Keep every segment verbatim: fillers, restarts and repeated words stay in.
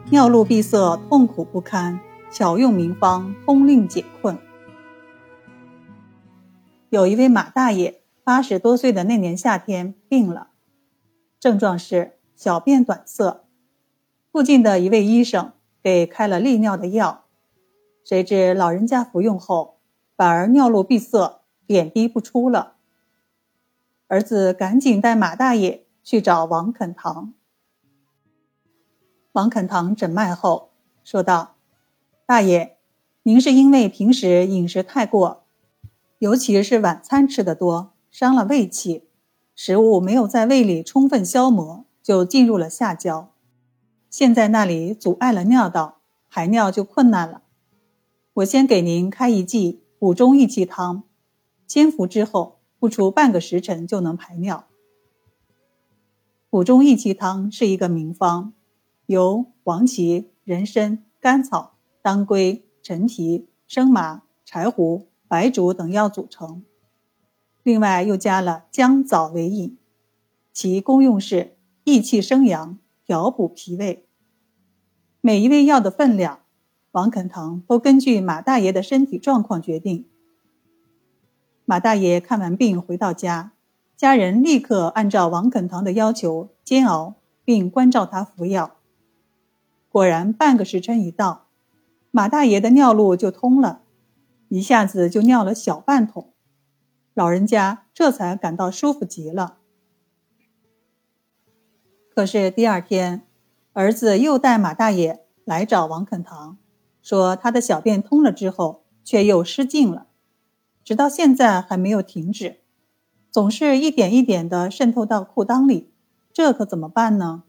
尿路闭塞，痛苦不堪，巧用名方，通令解困。有一位马大爷，八十多岁的那年夏天病了，症状是小便短涩。附近的一位医生给开了利尿的药，谁知老人家服用后，反而尿路闭塞，点滴不出了。儿子赶紧带马大爷去找王肯堂。王肯堂诊脉后说道：大爷，您是因为平时饮食太过，尤其是晚餐吃得多，伤了胃气，食物没有在胃里充分消磨，就进入了下焦，现在那里阻碍了尿道，排尿就困难了。我先给您开一剂补中益气汤，煎服之后不出半个时辰就能排尿。补中益气汤是一个名方，由黄芪、人参、甘草、当归、陈皮、生麻、柴胡、白术等药组成，另外又加了姜枣为饮，其功用是益气生阳，调补脾胃。每一味药的分量，王肯堂都根据马大爷的身体状况决定。马大爷看完病回到家，家人立刻按照王肯堂的要求煎熬，并关照他服药。果然半个时辰一到，马大爷的尿路就通了，一下子就尿了小半桶，老人家这才感到舒服极了。可是第二天，儿子又带马大爷来找王肯堂，说他的小便通了之后，却又失禁了，直到现在还没有停止，总是一点一点地渗透到裤裆里，这可怎么办呢？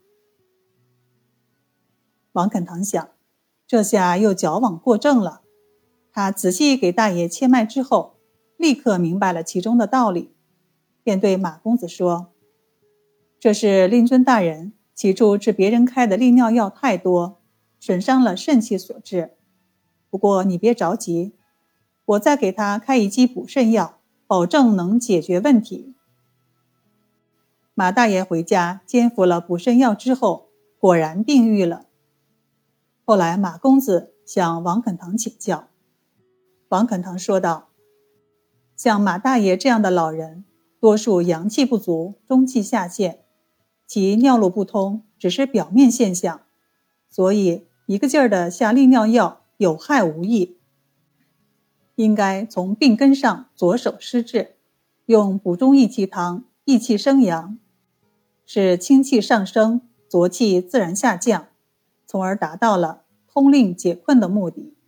王肯堂想，这下又矫枉过正了。他仔细给大爷切脉之后，立刻明白了其中的道理，便对马公子说：这是令尊大人起初吃别人开的利尿药太多，损伤了肾气所致。不过你别着急，我再给他开一剂补肾药，保证能解决问题。马大爷回家煎服了补肾药之后，果然病愈了。后来马公子向王肯堂请教，王肯堂说道：像马大爷这样的老人，多数阳气不足，中气下陷，其尿路不通只是表面现象，所以一个劲儿的下利尿药有害无益，应该从病根上着手施治，用补中益气汤益气生阳，使清气上升，浊气自然下降，从而达到了通令解困的目的。